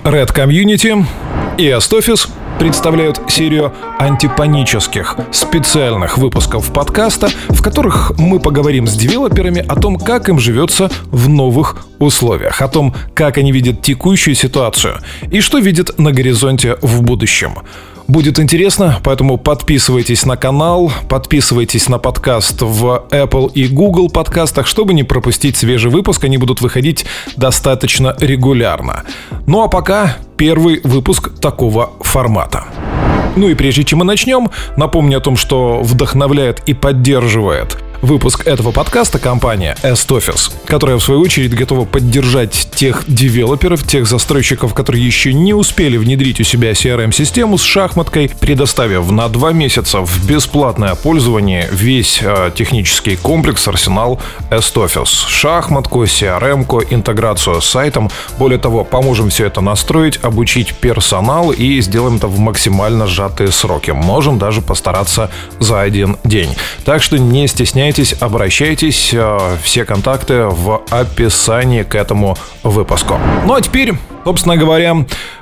Red Community и Остофис представляют серию антипанических специальных выпусков подкаста, в которых мы поговорим с девелоперами о том, как им живется в новых условиях, о том, как они видят текущую ситуацию и что видят на горизонте в будущем. Будет интересно, поэтому подписывайтесь на канал, подписывайтесь на подкаст в Apple и Google подкастах, чтобы не пропустить свежий выпуск. Они будут выходить достаточно регулярно. Ну а пока первый выпуск такого формата. Ну и прежде чем мы начнем, напомню о том, что вдохновляет и поддерживает выпуск этого подкаста компания Остофис, которая в свою очередь готова поддержать тех девелоперов, тех застройщиков, которые еще не успели внедрить у себя CRM-систему с шахматкой, предоставив на 2 месяца в бесплатное пользование весь технический комплекс, арсенал Остофис. Шахматку, CRM-ку, интеграцию с сайтом. Более того, поможем все это настроить, обучить персонал и сделаем это в максимально сжатые сроки. Можем даже постараться за 1 день. Так что не стесняйтесь, обращайтесь, все контакты в описании к этому выпуску. Ну а теперь, собственно говоря,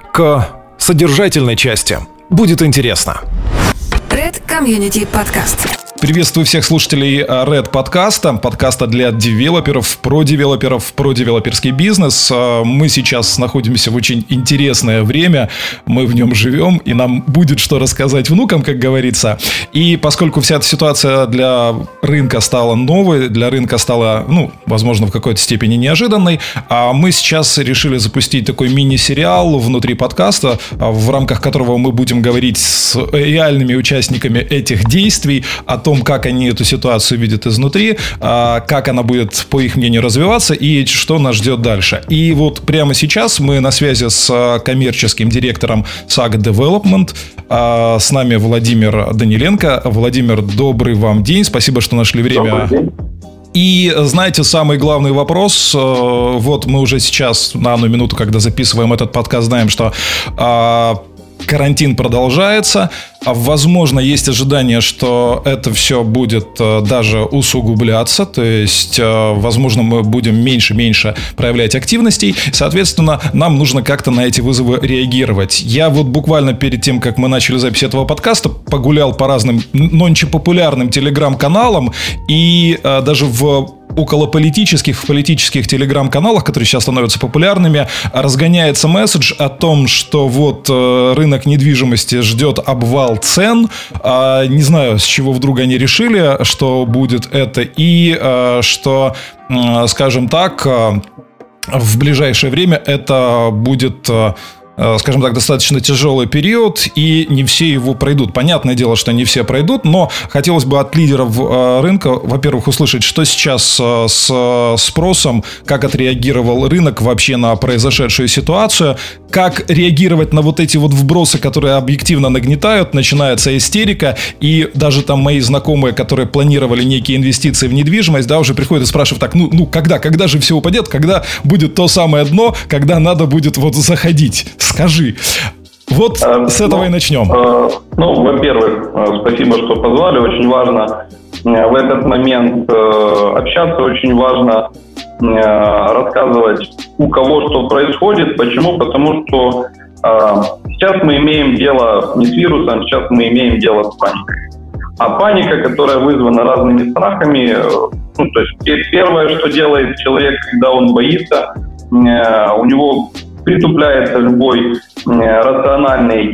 к содержательной части. Будет интересно. Red Community Podcast. Приветствую всех слушателей Red подкаста для девелоперов, про девелоперский бизнес. Мы сейчас находимся в очень интересное время, мы в нем живем, и нам будет что рассказать внукам, как говорится. И поскольку вся эта ситуация для рынка стала новой, для рынка стала, возможно, в какой-то степени неожиданной, мы сейчас решили запустить такой мини-сериал внутри подкаста, в рамках которого мы будем говорить с реальными участниками этих действий о том, как они эту ситуацию видят изнутри, как она будет, по их мнению, развиваться и что нас ждет дальше. И вот прямо сейчас мы на связи с коммерческим директором SAG Development. С нами Владимир Даниленко. Владимир, добрый вам день. Спасибо, что нашли время. И, знаете, самый главный вопрос, вот мы уже сейчас на 1 минуту, когда записываем этот подкаст, знаем, что карантин продолжается. Возможно, есть ожидание, что это все будет даже усугубляться. То есть, возможно, мы будем меньше проявлять активностей. Соответственно, нам нужно как-то на эти вызовы реагировать. Я вот буквально перед тем, как мы начали запись этого подкаста, погулял по разным нонче-популярным телеграм-каналам. И даже в политических телеграм-каналах, которые сейчас становятся популярными, разгоняется месседж о том, что вот рынок недвижимости ждет обвал цен. Не знаю, с чего вдруг они решили, что будет это, и что, скажем так, в ближайшее время это будет, скажем так, достаточно тяжелый период, и не все его пройдут. Понятное дело, что не все пройдут, но хотелось бы от лидеров рынка, во-первых, услышать, что сейчас с спросом, как отреагировал рынок вообще на произошедшую ситуацию, как реагировать на вот эти вот вбросы, которые объективно нагнетают, начинается истерика, и даже там мои знакомые, которые планировали некие инвестиции в недвижимость, уже приходят и спрашивают так, когда же все упадет, когда будет то самое дно, когда надо будет вот заходить. Скажи. Вот с этого и начнем. Во-первых, спасибо, что позвали. Очень важно в этот момент общаться, очень важно рассказывать, у кого что происходит. Почему? Потому что сейчас мы имеем дело не с вирусом, сейчас мы имеем дело с паникой. А паника, которая вызвана разными страхами, то есть первое, что делает человек, когда он боится, у него притупляется любой рациональное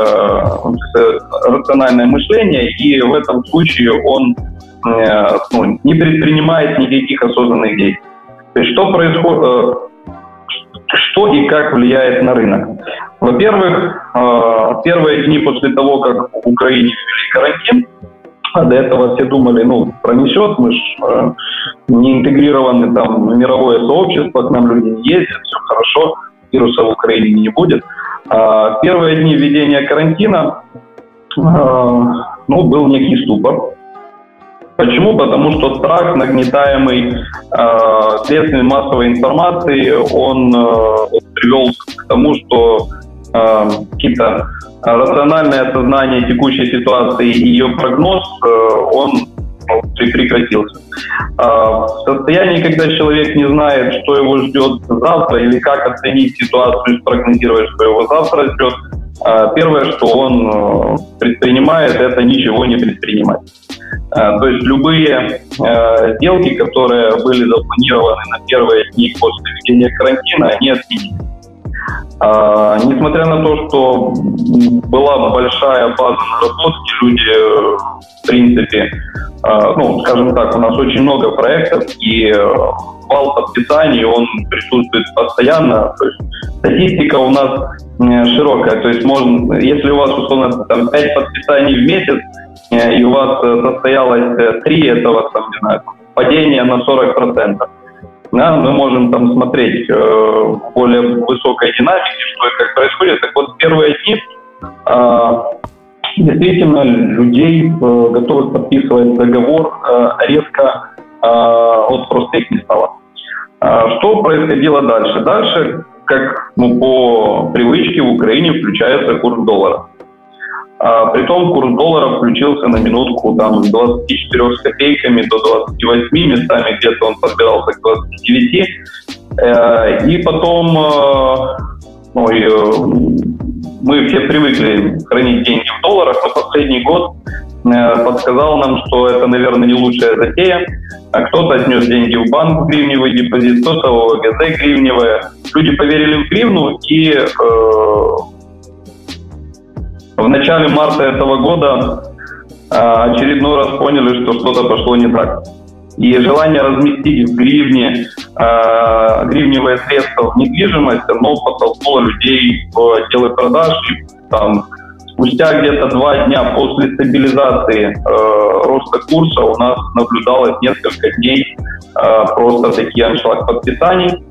мышление, и в этом случае он не предпринимает никаких осознанных действий. То есть что происходит, что и как влияет на рынок? Во-первых, первые дни после того, как в Украине ввели карантин, до этого все думали, пронесет, мы же не интегрированы там в мировое сообщество, к нам люди не ездят, все хорошо, вируса в Украине не будет. Первые дни введения карантина был некий ступор. Почему? Потому что страх, нагнетаемый средствами массовой информации, он привел к тому, что рациональное осознание текущей ситуации и ее прогноз, он прекратился. В состоянии, когда человек не знает, что его ждет завтра, или как оценить ситуацию и спрогнозировать, что его завтра ждет, первое, что он предпринимает, это ничего не предпринимать. То есть любые сделки, которые были запланированы на первые дни после введения карантина, они отменены. Несмотря на то, что была большая база наработки, люди, в принципе, скажем так, у нас очень много проектов, и вал подписаний, он присутствует постоянно. То есть статистика у нас широкая. То есть можно, если у вас, условно, 5 подписаний в месяц, и у вас состоялось 3 этого, падения на 40%. Да, мы можем там смотреть более высокой динамике, что и как происходит. Так вот, первые дни действительно людей готовы подписывать договор резко, вот просто их не стало. Что происходило дальше? Дальше, как по привычке, в Украине включается курс доллара. Притом курс доллара включился на минутку с 24 с копейками до 28, местами где-то он подбирался к 29. И потом мы все привыкли хранить деньги в долларах, но последний год подсказал нам, что это, наверное, не лучшая затея. Кто-то отнес деньги в банк в гривневый депозит, кто-то в ОГЗ гривневое. Люди поверили в гривну, и в начале марта этого года очередной раз поняли, что что-то пошло не так. И желание разместить в гривне гривневые средства в недвижимость, оно подтолкнуло людей в отделы продаж. И, спустя где-то 2 дня после стабилизации роста курса у нас наблюдалось несколько дней просто такие аншлаг подписаний.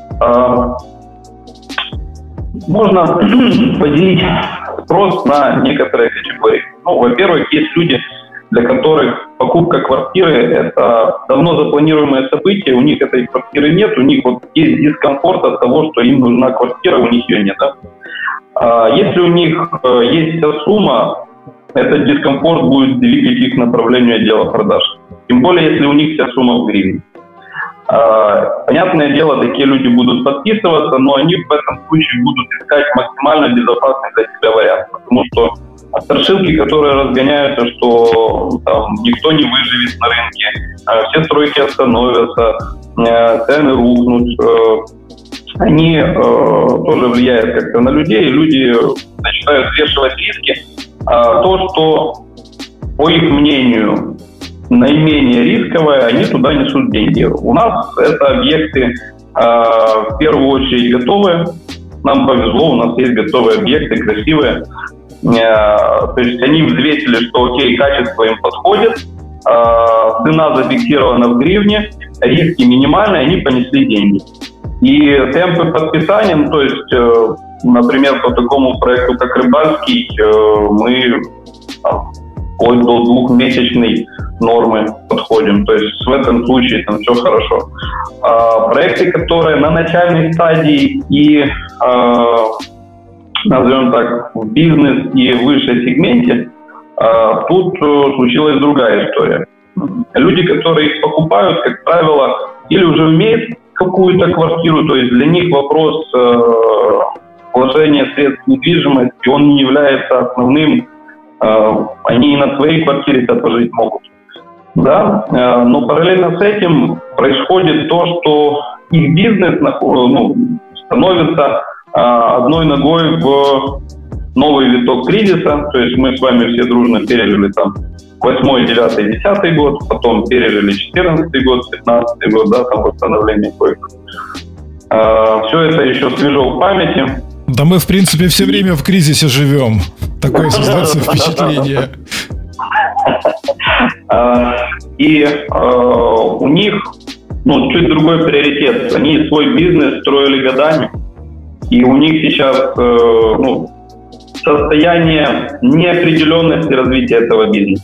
Можно поделить спрос на некоторые категории. Во-первых, есть люди, для которых покупка квартиры – это давно запланируемое событие, у них этой квартиры нет, у них есть дискомфорт от того, что им нужна квартира, у них ее нет. Если у них есть вся сумма, этот дискомфорт будет двигать их к направлению отдела продаж. Тем более, если у них вся сумма в гривне. Понятное дело, такие люди будут подписываться, но они в этом случае будут искать максимально безопасный для себя вариант. Потому что страшилки, которые разгоняются, что никто не выживет на рынке, все стройки остановятся, цены рухнут, они тоже влияют как-то на людей, и люди начинают взвешивать риски. То, что, по их мнению, наименее рисковое, они туда несут деньги. У нас это объекты в первую очередь готовые. Нам повезло, у нас есть готовые объекты, красивые. То есть они взвесили, что окей, качество им подходит, цена зафиксирована в гривне, риски минимальные, они понесли деньги. И темпы подписания, то есть, например, по такому проекту, как Рыбальский, мы вплоть до 2-месячной нормы подходим. То есть в этом случае все хорошо. Проекты, которые на начальной стадии и, назовем так, в бизнес и выше сегменте, тут случилась другая история. Люди, которые их покупают, как правило, или уже имеют какую-то квартиру, то есть для них вопрос вложения средств в недвижимость, и он не является основным. Они и на своей квартире пожить могут. Да? Но параллельно с этим происходит то, что их бизнес становится одной ногой в новый виток кризиса. То есть мы с вами все дружно пережили 8, 9, 10 год, потом пережили 14 год, 15 год, восстановление коек. Все это еще свежо в памяти. Да мы, в принципе, все время в кризисе живем. Такое создается впечатление. И у них чуть другой приоритет. Они свой бизнес строили годами, и у них сейчас состояние неопределенности развития этого бизнеса.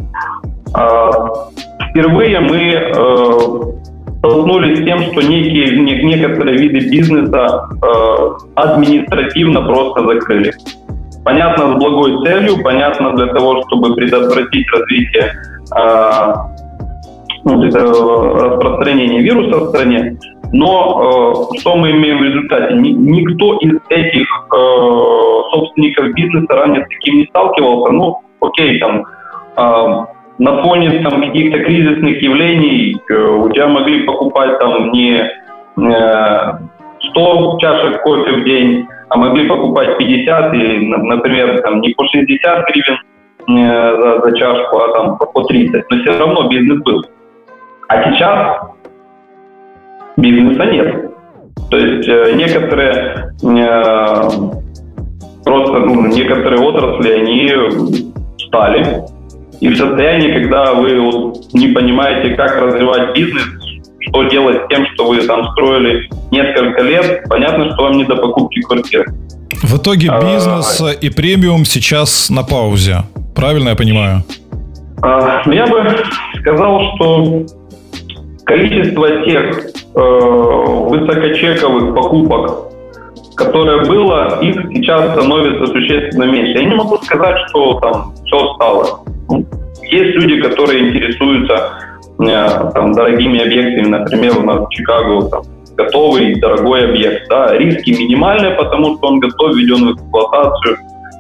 Впервые мы столкнулись с тем, что некоторые виды бизнеса административно просто закрыли. Понятно, с благой целью, понятно, для того, чтобы предотвратить развитие распространения вируса в стране. Но что мы имеем в результате? Никто из этих собственников бизнеса ранее с таким не сталкивался. Ну, окей, там на фоне там каких-то кризисных явлений у тебя могли покупать там не 100 чашек кофе в день, а могли покупать 50 или, например, там не по 60 гривен за чашку, а там по 30. Но все равно бизнес был. А сейчас бизнеса нет. То есть некоторые некоторые отрасли, они встали. И в состоянии, когда вы не понимаете, как развивать бизнес, что делать с тем, что вы там строили несколько лет, понятно, что вам не до покупки квартиры. В итоге бизнес и премиум сейчас на паузе. Правильно я понимаю? Я бы сказал, что количество тех высокочековых покупок, которое было, их сейчас становится существенно меньше. Я не могу сказать, что там все стало. Есть люди, которые интересуются там, дорогими объектами, например, у нас в Чикаго там, готовый дорогой объект. Да, риски минимальные, потому что он готов, введен в эксплуатацию.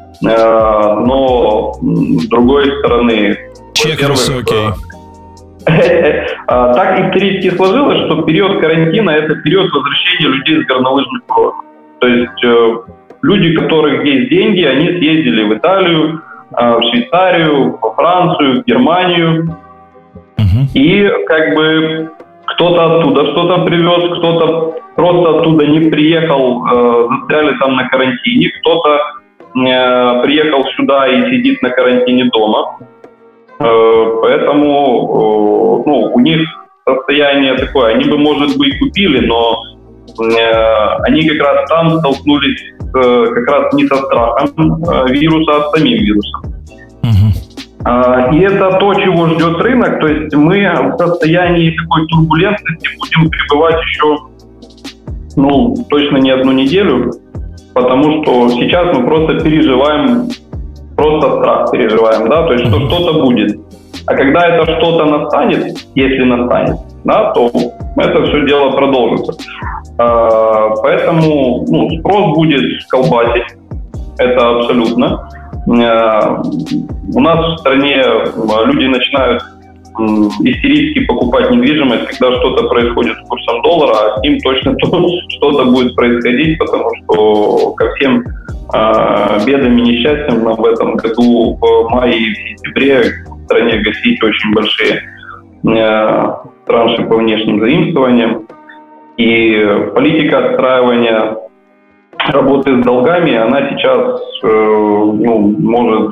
Но с другой стороны, чек высокий. Так исторически сложилось, что период карантина – это период возвращения людей с горнолыжных курортов. То есть люди, у которых есть деньги, они съездили в Италию, в Швейцарию, во Францию, в Германию. И как бы кто-то оттуда что-то привез, кто-то просто оттуда не приехал, застряли там на карантине, кто-то приехал сюда и сидит на карантине дома. Поэтому у них состояние такое. Они бы, может быть, купили, но они как раз там столкнулись как раз не со страхом вируса, а с самим вирусом. И это то, чего ждет рынок. То есть мы в состоянии такой турбулентности будем пребывать еще, точно не одну неделю, потому что сейчас мы просто переживаем, просто страх переживаем, да, то есть что что-то будет. А когда это что-то настанет, если настанет, да, то это все дело продолжится. Поэтому спрос будет колбасить, это абсолютно. У нас в стране люди начинают истерически покупать недвижимость, когда что-то происходит с курсом доллара, а с ним точно что-то будет происходить, потому что ко всем бедам и несчастьям в этом году в мае и в сентябре в стране гасить очень большие транши по внешним заимствованиям. И политика отстраивания работы с долгами, она сейчас может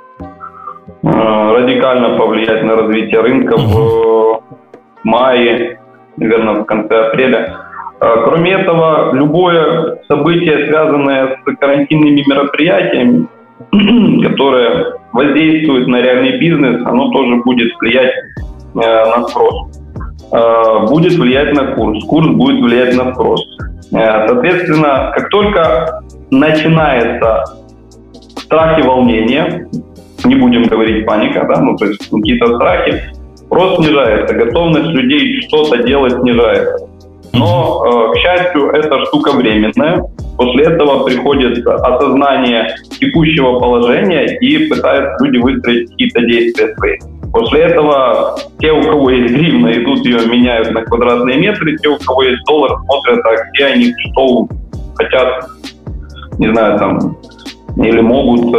радикально повлиять на развитие рынка в мае, наверное, в конце апреля. Кроме этого, любое событие, связанное с карантинными мероприятиями, которое воздействует на реальный бизнес, оно тоже будет влиять на спрос. Будет влиять на курс будет влиять на спрос. Соответственно, как только начинается страх и волнение, не будем говорить паника, да, то есть какие-то страхи, спрос снижается, готовность людей что-то делать снижается. Но, к счастью, эта штука временная. После этого приходит осознание текущего положения и пытаются люди выстроить какие-то действия свои. После этого те, у кого есть гривна, идут ее меняют на квадратные метры, те, у кого есть доллар, смотрят, где они что хотят, не знаю, там, или могут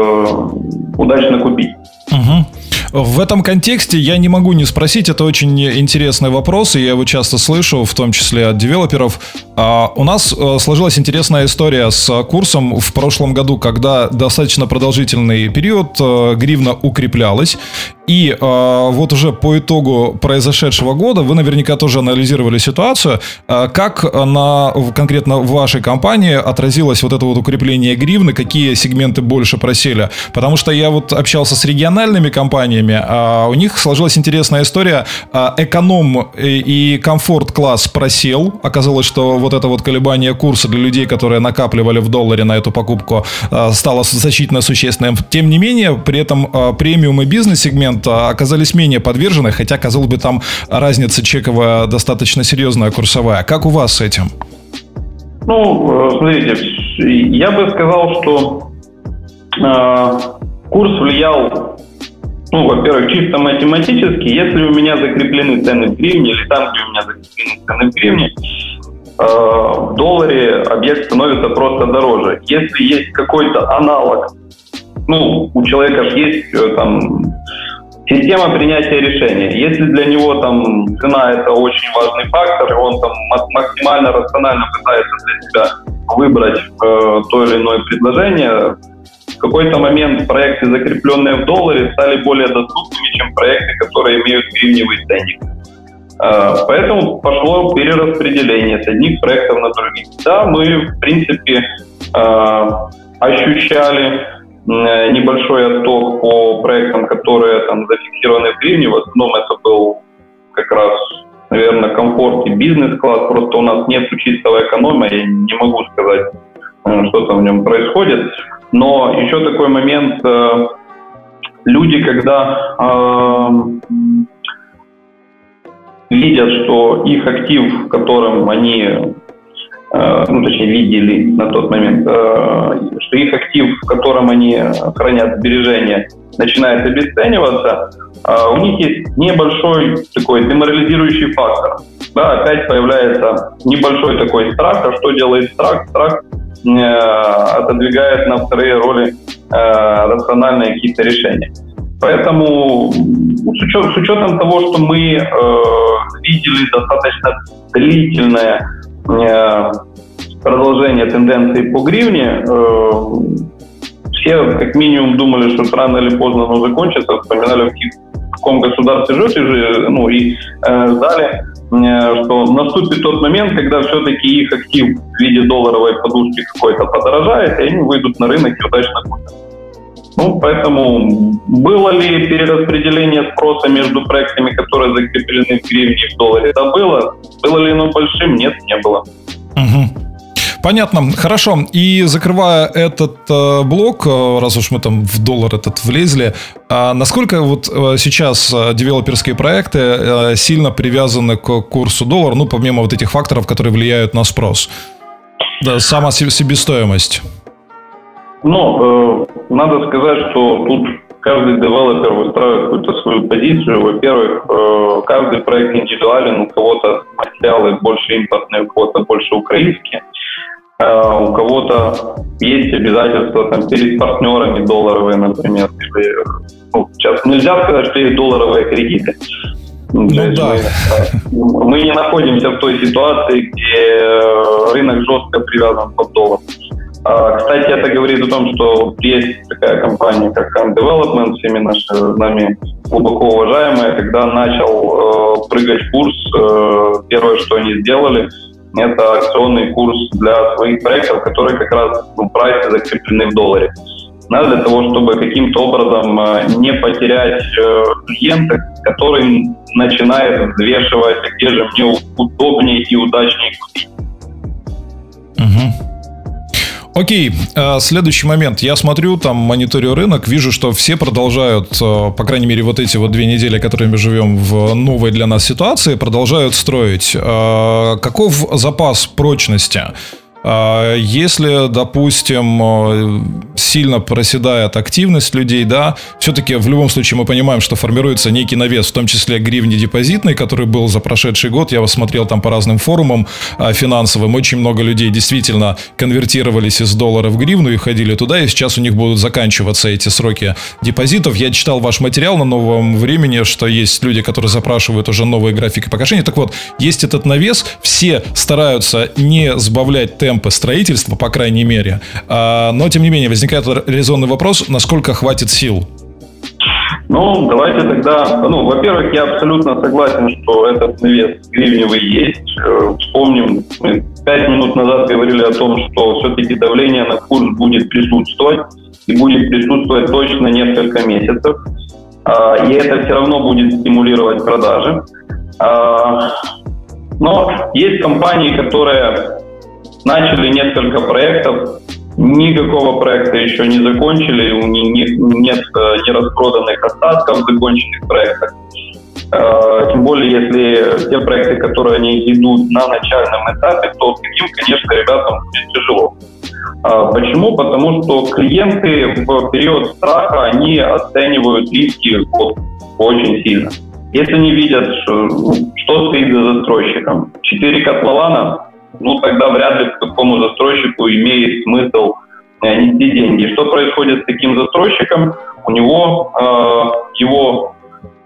удачно купить. В этом контексте я не могу не спросить, это очень интересный вопрос, и я его часто слышу, в том числе от девелоперов. У нас сложилась интересная история с курсом в прошлом году, когда достаточно продолжительный период гривна укреплялась. И вот уже по итогу произошедшего года вы наверняка тоже анализировали ситуацию, как конкретно в вашей компании отразилось вот это вот укрепление гривны, какие сегменты больше просели. Потому что я вот общался с региональными компаниями, у них сложилась интересная история. Эконом и комфорт-класс просел. Оказалось, что вот это вот колебание курса для людей, которые накапливали в долларе на эту покупку, стало значительно существенным. Тем не менее, при этом премиум и бизнес-сегмент момент оказались менее подвержены, хотя, казалось бы, там разница чековая достаточно серьезная, курсовая. Как у вас с этим? Ну, смотрите, я бы сказал, что курс влиял, ну, во-первых, чисто математически. Если у меня закреплены цены в гривне, или там, где у меня закреплены цены в гривне, в долларе объект становится просто дороже. Если есть какой-то аналог, ну, у человека же есть там система принятия решения. Если для него там цена – это очень важный фактор, и он там максимально рационально пытается для себя выбрать то или иное предложение, в какой-то момент проекты, закрепленные в долларе, стали более доступными, чем проекты, которые имеют гривневый ценник. Поэтому пошло перераспределение с одних проектов на других. Да, мы, в принципе, ощущали небольшой отток по проектам, которые там зафиксированы в гривне. В основном это был как раз, наверное, комфорт и бизнес-класс. Просто у нас нет чистого эконома, я не могу сказать, что там в нем происходит. Но еще такой момент, люди, когда видят, что их актив, в котором они, точнее, видели на тот момент, что их актив, в котором они хранят сбережения, начинает обесцениваться, у них есть небольшой такой деморализирующий фактор. Да, опять появляется небольшой такой страх. А что делает страх? Страх отодвигает на вторые роли рациональные какие-то решения. Поэтому с учетом того, что мы видели достаточно длительное продолжение тенденции по гривне, все как минимум думали, что рано или поздно оно закончится, вспоминали, в каком государстве живете, ну и ждали, что наступит тот момент, когда все-таки их актив в виде долларовой подушки какой-то подорожает, и они выйдут на рынок и удачно купят. Ну, поэтому было ли перераспределение спроса между проектами, которые закреплены в гривне и в долларе? Да, было. Было ли оно большим? Нет, не было. Угу. Понятно. Хорошо. И закрывая этот блок, раз уж мы там в доллар этот влезли, насколько вот сейчас девелоперские проекты сильно привязаны к курсу доллара, ну, помимо вот этих факторов, которые влияют на спрос? Да, сама себестоимость. Ну, надо сказать, что тут каждый девелопер выстраивает какую-то свою позицию. Во-первых, каждый проект индивидуален, у кого-то материалы больше импортные, у кого-то больше украинские. У кого-то есть обязательства там, перед партнерами долларовые, например. Сейчас нельзя сказать, что есть долларовые кредиты. Да. Мы не находимся в той ситуации, где рынок жестко привязан под доллар. Кстати, это говорит о том, что есть такая компания, как Khan Development, всеми нами глубоко уважаемая. Когда начал прыгать курс, первое, что они сделали, это акционный курс для своих проектов, которые как раз в прайсе закреплены в долларе. Надо для того, чтобы каким-то образом не потерять клиента, который начинает взвешивать, где же мне удобнее и удачнее купить. Угу. Окей, следующий момент. Я смотрю, там, мониторю рынок, вижу, что все продолжают, по крайней мере, вот эти вот 2 недели, которые мы живем в новой для нас ситуации, продолжают строить. Каков запас прочности? Если, допустим, сильно проседает активность людей, да, все-таки в любом случае мы понимаем, что формируется некий навес, в том числе гривни депозитный, который был за прошедший год. Я смотрел там по разным форумам финансовым. Очень много людей действительно конвертировались из доллара в гривну и ходили туда, и сейчас у них будут заканчиваться эти сроки депозитов. Я читал ваш материал на Новом Времени, что есть люди, которые запрашивают уже новые графики погашения. Так вот, есть этот навес, все стараются не сбавлять темпы строительства, по крайней мере. Но, тем не менее, возникает резонный вопрос, насколько хватит сил? Ну, давайте тогда... во-первых, я абсолютно согласен, что этот навес гривневый есть. Вспомним, мы 5 минут назад говорили о том, что все-таки давление на курс будет присутствовать, и будет присутствовать точно несколько месяцев. И это все равно будет стимулировать продажи. Но есть компании, которые начали несколько проектов Никакого проекта еще не закончили, у них нет нераспроданных остатков в законченных проектах. Тем более, если те проекты, которые они идут на начальном этапе, то таким, конечно, ребятам будет тяжело. Почему? Потому что клиенты в период страха, они оценивают риски очень сильно. Если они видят, что стоит за застройщиком, 4 котлована, тогда вряд ли такому застройщику имеет смысл нести деньги. Что происходит с таким застройщиком? У него его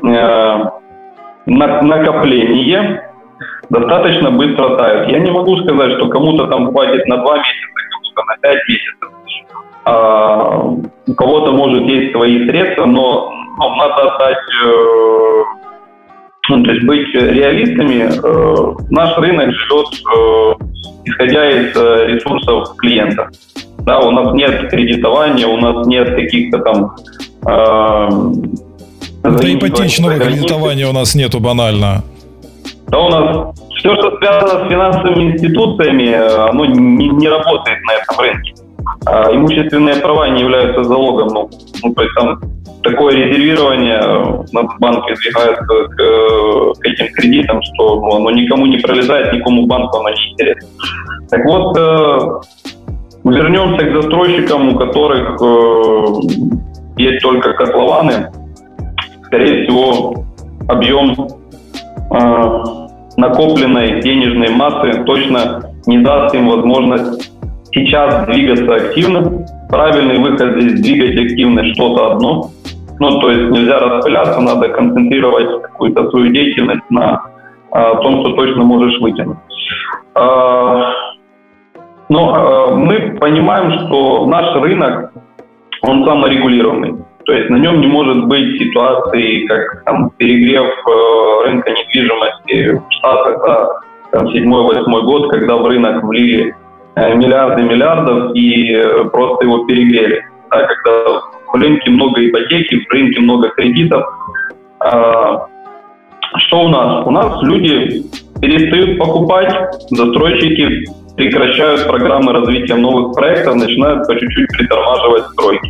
накопление достаточно быстро тает. Я не могу сказать, что кому-то там хватит на 2 месяца, кому-то на 5 месяцев. У кого-то, может, есть свои средства, но надо отдать, то есть быть реалистами. Наш рынок живет, исходя из ресурсов клиента. Да, у нас нет кредитования, у нас нет каких-то там... Да ипотечного кредитования у нас нету банально. Да, у нас все, что связано с финансовыми институциями, оно не работает на этом рынке. Имущественные права не являются залогом. То есть там такое резервирование Нацбанк двигается к этим кредитам, что оно никому не пролезает, никому банку оно не интересно. Так вот, вернемся к застройщикам, у которых есть только котлованы. Скорее всего, объем накопленной денежной массы точно не даст им возможность сейчас двигаться активно. Правильный выход здесь — двигать активно что-то одно. То есть нельзя распыляться, надо концентрировать какую-то свою деятельность на том, что точно можешь вытянуть. Но мы понимаем, что наш рынок, он саморегулированный. То есть на нем не может быть ситуации, как там перегрев рынка недвижимости в Штатах, 7-8 год, когда в рынок влили миллиарды миллиардов и просто его перегрели. Да, когда в рынке много ипотеки, в рынке много кредитов. Что у нас? У нас люди перестают покупать, застройщики прекращают программы развития новых проектов, начинают по чуть-чуть притормаживать стройки.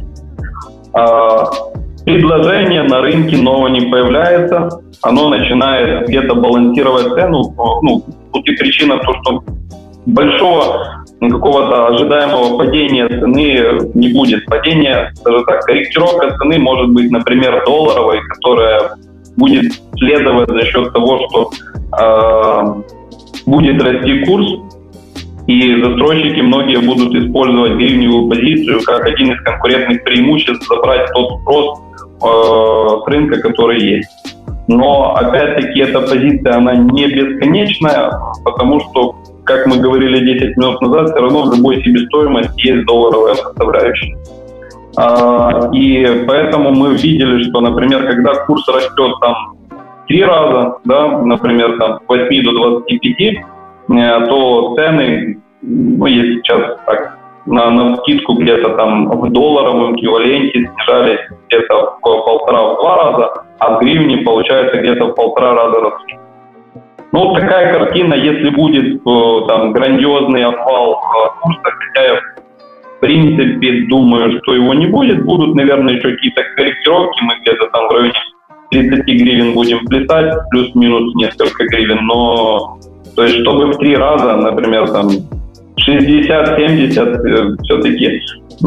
Предложение на рынке нового не появляется, оно начинает где-то балансировать цену. Тут и причина в том, что большого какого-то ожидаемого падения цены не будет. Падение, даже так, корректировка цены может быть, например, долларовой, которая будет следовать за счет того, что будет расти курс, и застройщики многие будут использовать гривневую позицию как один из конкурентных преимуществ, забрать тот спрос с рынка, который есть. Но, опять-таки, эта позиция, она не бесконечная, потому что, как мы говорили 10 минут назад, все равно в любой себестоимости есть долларовая составляющая. И поэтому мы видели, что, например, когда курс растет там 3 раза, да, например, там, с 8 до 25, то цены, если сейчас так, на скидку где-то там в долларовом эквиваленте снижались где-то в 1,5-2 раза, а в гривне получается где-то в 1,5 раза растут. Такая картина, если будет там грандиозный обвал курса, хотя я в принципе думаю, что его не будет, будут, наверное, еще какие-то корректировки, мы где-то там в районе 30 гривен будем плясать, плюс-минус несколько гривен, но то есть чтобы в 3 раза, например, там 60-70, все-таки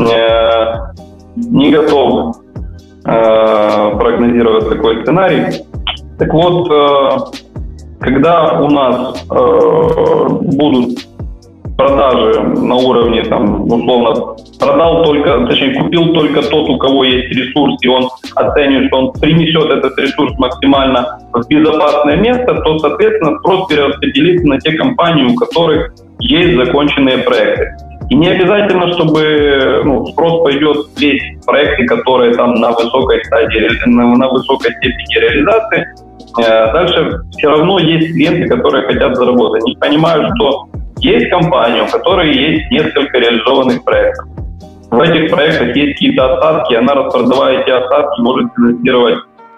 не готов прогнозировать такой сценарий. Так вот, когда у нас будут продажи на уровне, там, условно, купил только тот, у кого есть ресурс, и он оценивает, что он принесет этот ресурс максимально в безопасное место, то, соответственно, спрос перераспределится на те компании, у которых есть законченные проекты. И не обязательно, чтобы спрос пойдет весь в проекты, которые там на высокой стадии, на высокой степени реализации. Дальше все равно есть клиенты, которые хотят заработать. Они понимают, что есть компания, у которой есть несколько реализованных проектов. В этих проектах есть какие-то остатки, она, распродавая эти остатки, может финансировать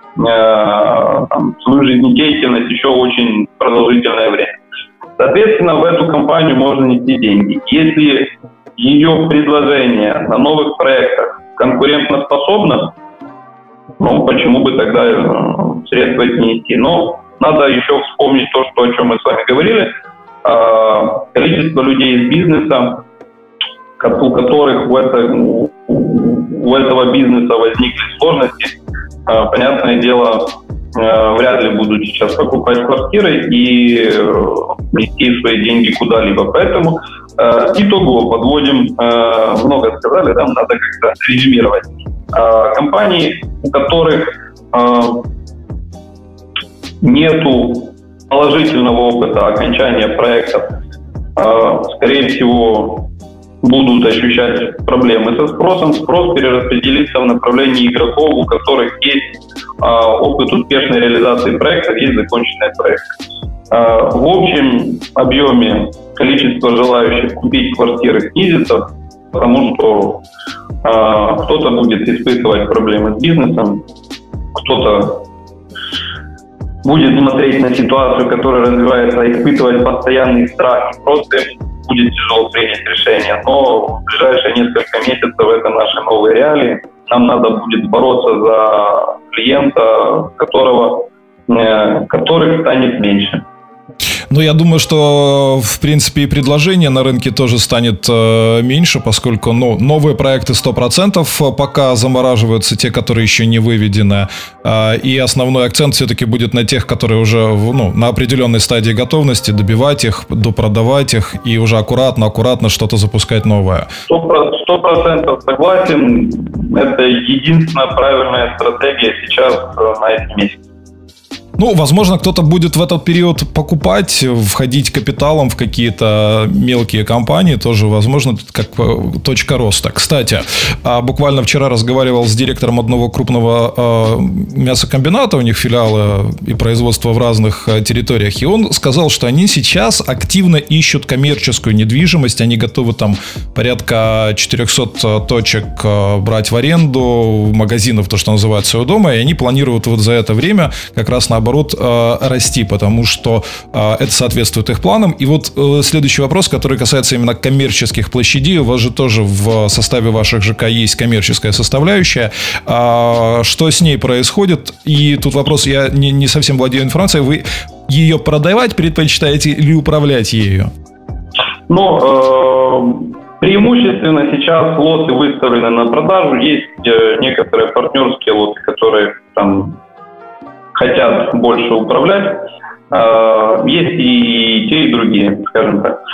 свою жизнедеятельность еще очень продолжительное время. Соответственно, в эту компанию можно нести деньги. Если ее предложение на новых проектах конкурентоспособно, почему бы тогда средства не нести? Но надо еще вспомнить то, о чем мы с вами говорили. Количество людей из бизнеса, у которых у этого бизнеса возникли сложности, понятное дело, вряд ли будут сейчас покупать квартиры и нести свои деньги куда-либо. Поэтому итого подводим, много сказали, да, надо как-то резюмировать. Компании, у которых нету положительного опыта окончания проектов, скорее всего, будут ощущать проблемы со спросом. Спрос перераспределится в направлении игроков, у которых есть опыт успешной реализации проекта, есть законченные проекты. В общем объеме количество желающих купить квартиры снизится, потому что кто-то будет испытывать проблемы с бизнесом, кто-то будет смотреть на ситуацию, которая развивается, испытывать постоянный страх, и просто будет тяжело принять решение. Но в ближайшие несколько месяцев это наши новые реалии. Нам надо будет бороться за клиента, которых станет меньше. Ну, я думаю, что, в принципе, и предложение на рынке тоже станет меньше, поскольку новые проекты 100% пока замораживаются, те, которые еще не выведены. И основной акцент все-таки будет на тех, которые уже на определенной стадии готовности, добивать их, допродавать их и уже аккуратно что-то запускать новое. 100% согласен. Это единственная правильная стратегия сейчас на эти месяцы. Возможно, кто-то будет в этот период покупать, входить капиталом в какие-то мелкие компании, тоже, возможно, как точка роста. Кстати, буквально вчера разговаривал с директором одного крупного мясокомбината, у них филиалы и производство в разных территориях, и он сказал, что они сейчас активно ищут коммерческую недвижимость, они готовы там порядка 400 точек брать в аренду, магазинов, то, что называется, у дома, и они планируют вот за это время как раз наоборот расти, потому что это соответствует их планам. И вот следующий вопрос, который касается именно коммерческих площадей. У вас же тоже в составе ваших ЖК есть коммерческая составляющая. Что с ней происходит? И тут вопрос, я не совсем владею информацией. Вы ее продавать предпочитаете или управлять ею? Преимущественно сейчас лоты выставлены на продажу. Есть некоторые партнерские лоты, которые там хотят больше управлять. Есть и те, и другие, скажем так.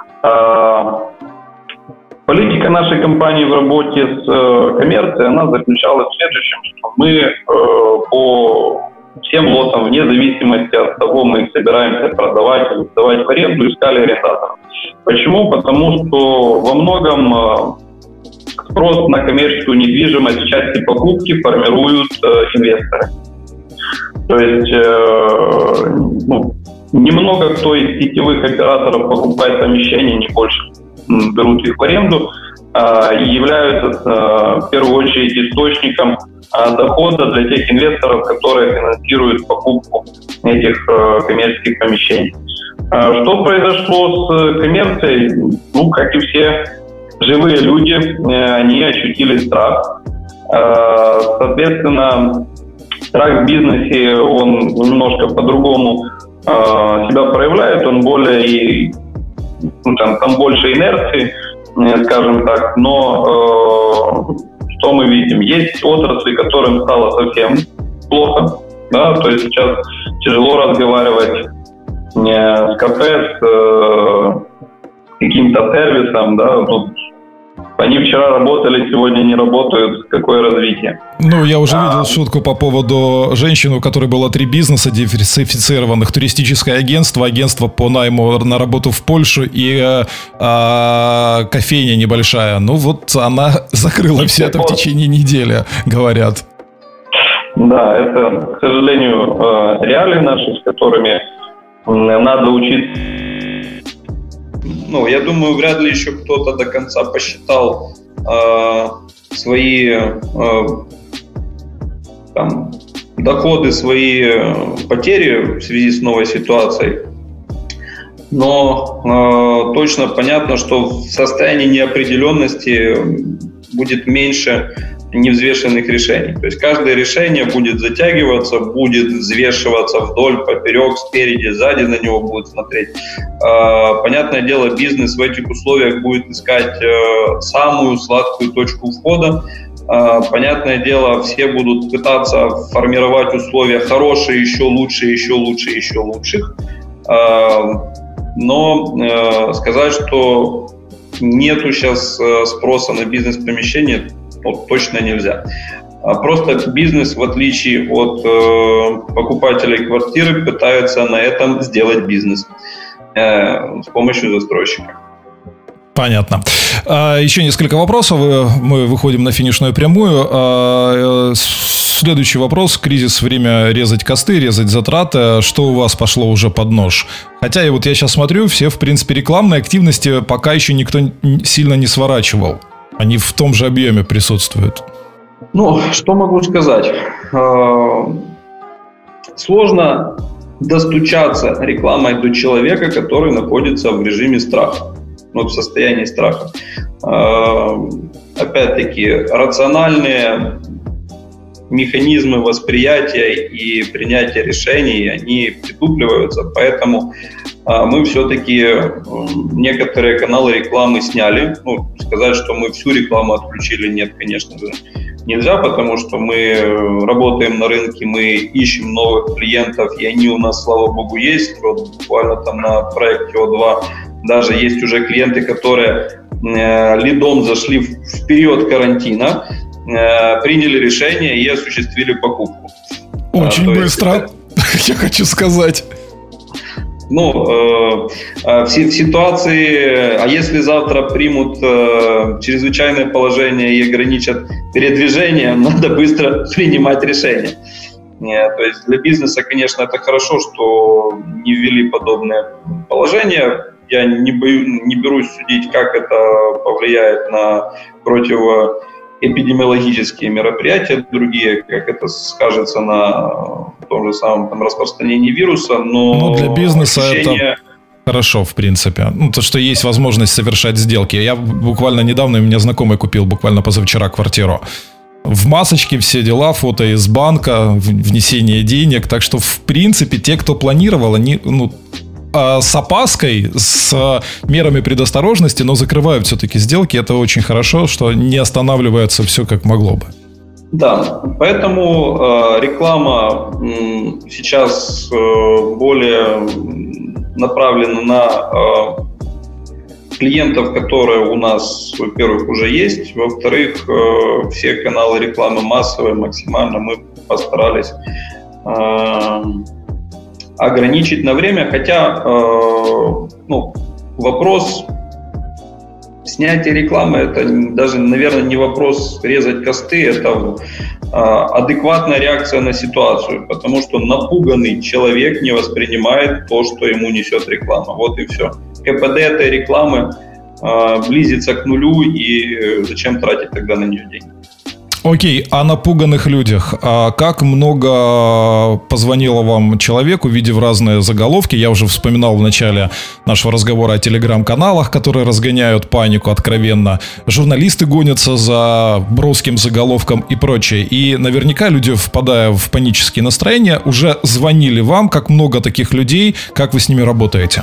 Политика нашей компании в работе с коммерцией, она заключалась в следующем, что мы по всем лотам, вне зависимости от того, мы их собираемся продавать или сдавать в аренду, искали арендаторов. Почему? Потому что во многом спрос на коммерческую недвижимость в части покупки формируют инвесторы. То есть немного кто из сетевых операторов покупает помещения, не больше берут их в аренду, и являются в первую очередь источником дохода для тех инвесторов, которые финансируют покупку этих коммерческих помещений. Что произошло с коммерцией? Как и все живые люди, они ощутили страх. Соответственно, страх в бизнесе, он немножко по-другому себя проявляет, он более там больше инерции, скажем так, но что мы видим? Есть отрасли, которым стало совсем плохо, да, то есть сейчас тяжело разговаривать с кафе, с каким-то сервисом, да, они вчера работали, сегодня не работают. Какое развитие? Я уже видел шутку по поводу женщины, у которой было 3 бизнеса диверсифицированных. Туристическое агентство, агентство по найму на работу в Польшу и кофейня небольшая. Она закрыла все это в течение недели, говорят. Да, это, к сожалению, реалии наши, с которыми надо учиться. Я думаю, вряд ли еще кто-то до конца посчитал свои доходы, свои потери в связи с новой ситуацией. но точно понятно, что в состоянии неопределенности будет меньше невзвешенных решений. То есть каждое решение будет затягиваться, будет взвешиваться вдоль, поперек, спереди, сзади на него будет смотреть. Понятное дело, бизнес в этих условиях будет искать самую сладкую точку входа. Понятное дело, все будут пытаться формировать условия хорошие, еще лучше, еще лучше, еще лучших. Но сказать, что нету сейчас спроса на бизнес-помещение, точно нельзя. Просто бизнес, в отличие от покупателей квартиры, пытается на этом сделать бизнес с помощью застройщика. Понятно. Еще несколько вопросов. Мы выходим на финишную прямую. Следующий вопрос. Кризис, время резать косты, резать затраты. Что у вас пошло уже под нож? Хотя и вот я сейчас смотрю, все, в принципе, рекламные активности пока еще никто сильно не сворачивал. Они в том же объеме присутствуют. Ну, что могу сказать? Сложно достучаться рекламой до человека, который находится в режиме страха, в состоянии страха. Опять-таки, рациональные механизмы восприятия и принятия решений, они притупливаются, поэтому мы все-таки некоторые каналы рекламы сняли. Сказать, что мы всю рекламу отключили, нет, конечно же, нельзя, потому что мы работаем на рынке, мы ищем новых клиентов, и они у нас, слава богу, есть. Вот буквально там на проекте О2 даже есть уже клиенты, которые лидом зашли в период карантина, приняли решение и осуществили покупку. Очень быстро, я хочу сказать. В ситуации, а если завтра примут чрезвычайное положение и ограничат передвижение, надо быстро принимать решение. То есть для бизнеса, конечно, это хорошо, что не ввели подобное положение. Я не берусь судить, как это повлияет на противоэпидемиологические мероприятия другие, как это скажется на том же самом распространении вируса, но для бизнеса это хорошо, в принципе. То, что есть возможность совершать сделки. Я буквально недавно, у меня знакомый купил буквально позавчера квартиру. В масочке все дела, фото из банка, внесение денег. Так что, в принципе, те, кто планировал, они с опаской, с мерами предосторожности, но закрывают все-таки сделки. Это очень хорошо, что не останавливается все как могло бы. Да, поэтому реклама сейчас более направлена на клиентов, которые у нас, во-первых, уже есть, во-вторых, все каналы рекламы массовые максимально мы постарались ограничить на время, хотя вопрос снятия рекламы — это даже, наверное, не вопрос резать косты, это адекватная реакция на ситуацию, потому что напуганный человек не воспринимает то, что ему несет реклама. Вот и все. КПД этой рекламы близится к нулю, и зачем тратить тогда на нее деньги? Окей, о напуганных людях. Как много позвонило вам человек, увидев разные заголовки? Я уже вспоминал в начале нашего разговора о телеграм-каналах, которые разгоняют панику откровенно. Журналисты гонятся за броским заголовком и прочее. И наверняка люди, впадая в панические настроения, уже звонили вам. Как много таких людей? Как вы с ними работаете?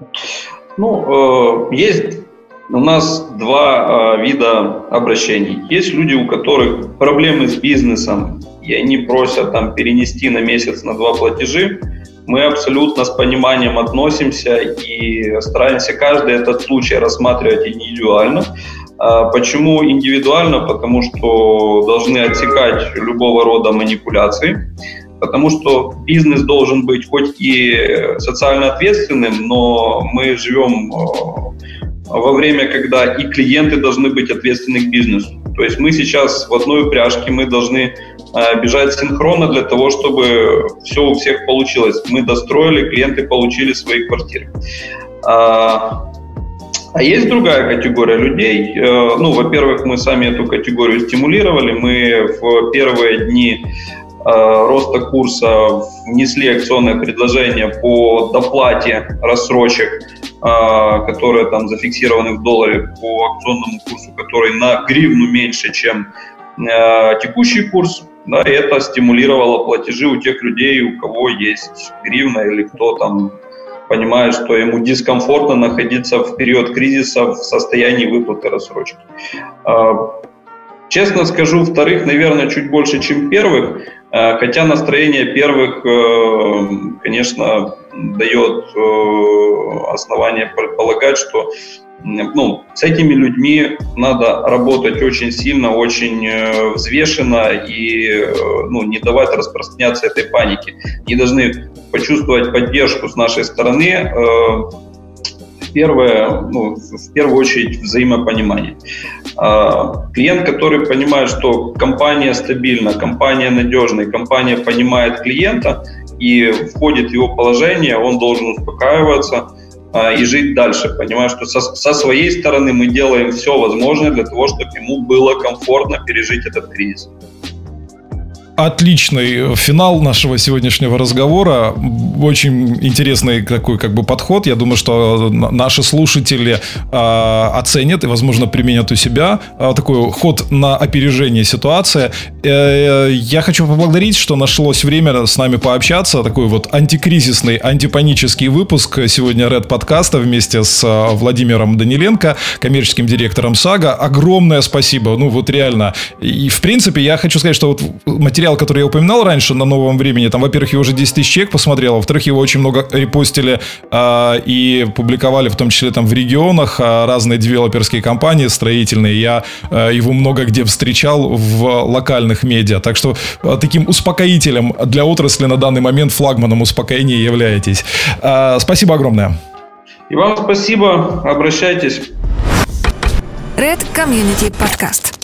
Есть у нас два вида обращений. Есть люди, у которых проблемы с бизнесом, и они просят перенести на месяц, на 2 платежи. Мы абсолютно с пониманием относимся и стараемся каждый этот случай рассматривать индивидуально. Почему индивидуально? Потому что должны отсекать любого рода манипуляции. Потому что бизнес должен быть хоть и социально ответственным, но мы живем во время, когда и клиенты должны быть ответственны к бизнесу. То есть мы сейчас в одной упряжке, мы должны бежать синхронно для того, чтобы все у всех получилось. Мы достроили, клиенты получили свои квартиры. А есть другая категория людей. Во-первых, мы сами эту категорию стимулировали. Мы в первые дни роста курса внесли акционное предложение по доплате рассрочек которые там зафиксированы в долларе по акционному курсу, который на гривну меньше, чем текущий курс, да, и это стимулировало платежи у тех людей, у кого есть гривна или кто там понимает, что ему дискомфортно находиться в период кризиса в состоянии выплаты рассрочки. Честно скажу, вторых, наверное, чуть больше, чем первых, хотя настроение первых, конечно, дает основание предполагать, что с этими людьми надо работать очень сильно, очень взвешенно и не давать распространяться этой панике. Они должны почувствовать поддержку с нашей стороны. В первую очередь взаимопонимание. Клиент, который понимает, что компания стабильна, компания надежная, компания понимает клиента и входит в его положение, он должен успокаиваться и жить дальше, понимая, что со своей стороны мы делаем все возможное для того, чтобы ему было комфортно пережить этот кризис. Отличный финал нашего сегодняшнего разговора. Очень интересный такой подход. Я думаю, что наши слушатели оценят и, возможно, применят у себя такой ход на опережение ситуации. Я хочу поблагодарить, что нашлось время с нами пообщаться. Такой вот антикризисный, антипанический выпуск сегодня Red подкаста вместе с Владимиром Даниленко, коммерческим директором САГА. Огромное спасибо. Реально. И, в принципе, я хочу сказать, что материал, который я упоминал раньше на Новом времени, там, во-первых, его уже 10 тысяч человек посмотрело, во-вторых, его очень много репостили и публиковали, в том числе там в регионах, разные девелоперские компании строительные. Я его много где встречал в локальных медиа. Так что таким успокоителем для отрасли на данный момент, флагманом успокоения являетесь. Спасибо огромное. И вам спасибо. Обращайтесь. Red Community Podcast.